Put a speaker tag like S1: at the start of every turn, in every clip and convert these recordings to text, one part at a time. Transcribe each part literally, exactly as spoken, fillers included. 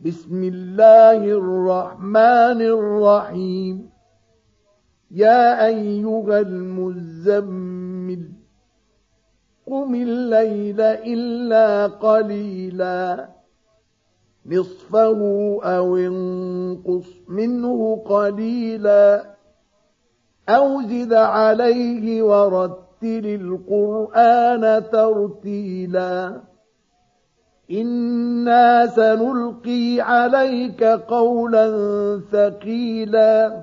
S1: بسم الله الرحمن الرحيم يا أيها المزمل قم الليل إلا قليلا نصفه أو انقص منه قليلا أو زد عليه ورتل القرآن ترتيلا إنا سنلقي عليك قولا ثقيلا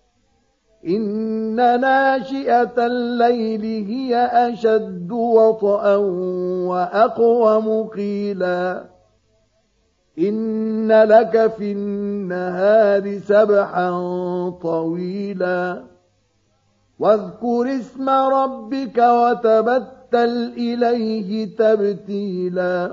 S1: إن ناشئة الليل هي أشد وطئا وأقوم قيلا إن لك في النهار سبحا طويلا واذكر اسم ربك وتبتل إليه تبتيلا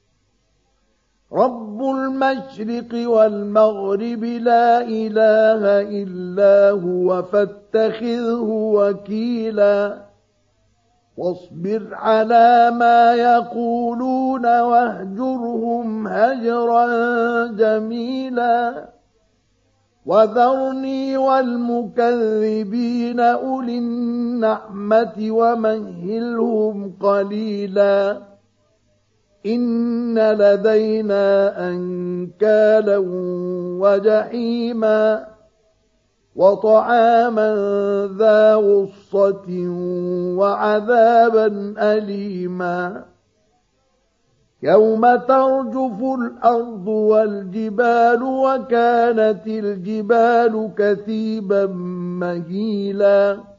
S1: رب المشرق والمغرب لا إله إلا هو فاتخذه وكيلا واصبر على ما يقولون واهجرهم هجرا جميلا وذرني والمكذبين أولي النعمة ومهلهم قليلا إن لدينا أنكالا وجحيما وطعاما ذا غصة وعذابا أليما يوم ترجف الأرض والجبال وكانت الجبال كثيبا مهيلا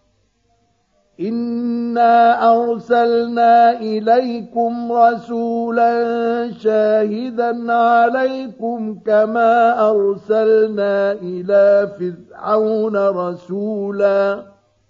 S1: إنا أرسلنا إليكم رسولا شاهدا عليكم كما أرسلنا إلى فرعون رسولا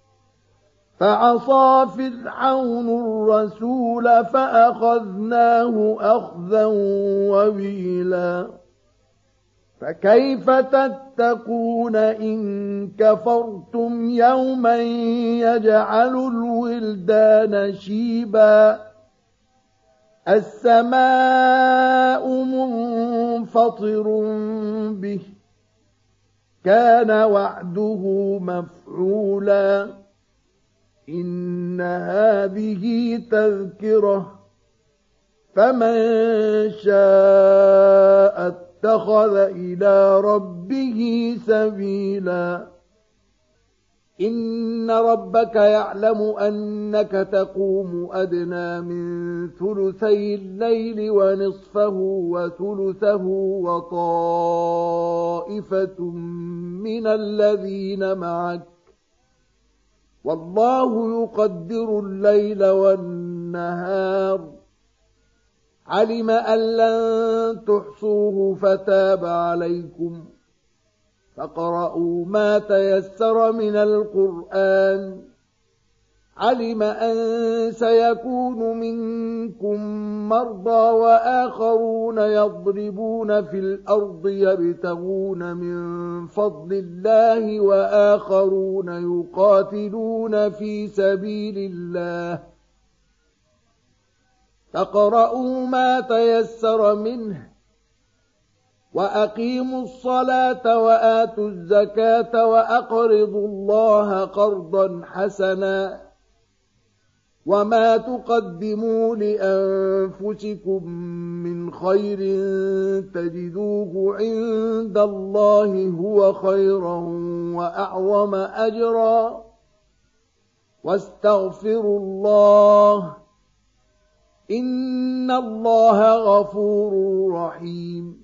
S1: فعصى فرعون الرسول فأخذناه أخذا وبيلا فكيف تتقون إن كفرتم يوما يجعل الولدان شيبا السماء منفطر به كان وعده مفعولا إن هذه تذكرة فمن شاء اتخذ إلى ربه سبيلا إن ربك يعلم أنك تقوم أدنى من ثلثي الليل ونصفه وثلثه وطائفة من الذين معك والله يقدر الليل والنهار علم أن لن تحصوه فتاب عليكم فاقرؤوا ما تيسر من القرآن علم أن سيكون منكم مرضى وآخرون يضربون في الأرض يبتغون من فضل الله وآخرون يقاتلون في سبيل الله فاقرؤوا ما تيسر منه وأقيموا الصلاة وآتوا الزكاة وأقرضوا الله قرضا حسنا وما تقدموا لأنفسكم من خير تجدوه عند الله هو خيرا وأعظم أجرا واستغفروا الله إن الله غفور رحيم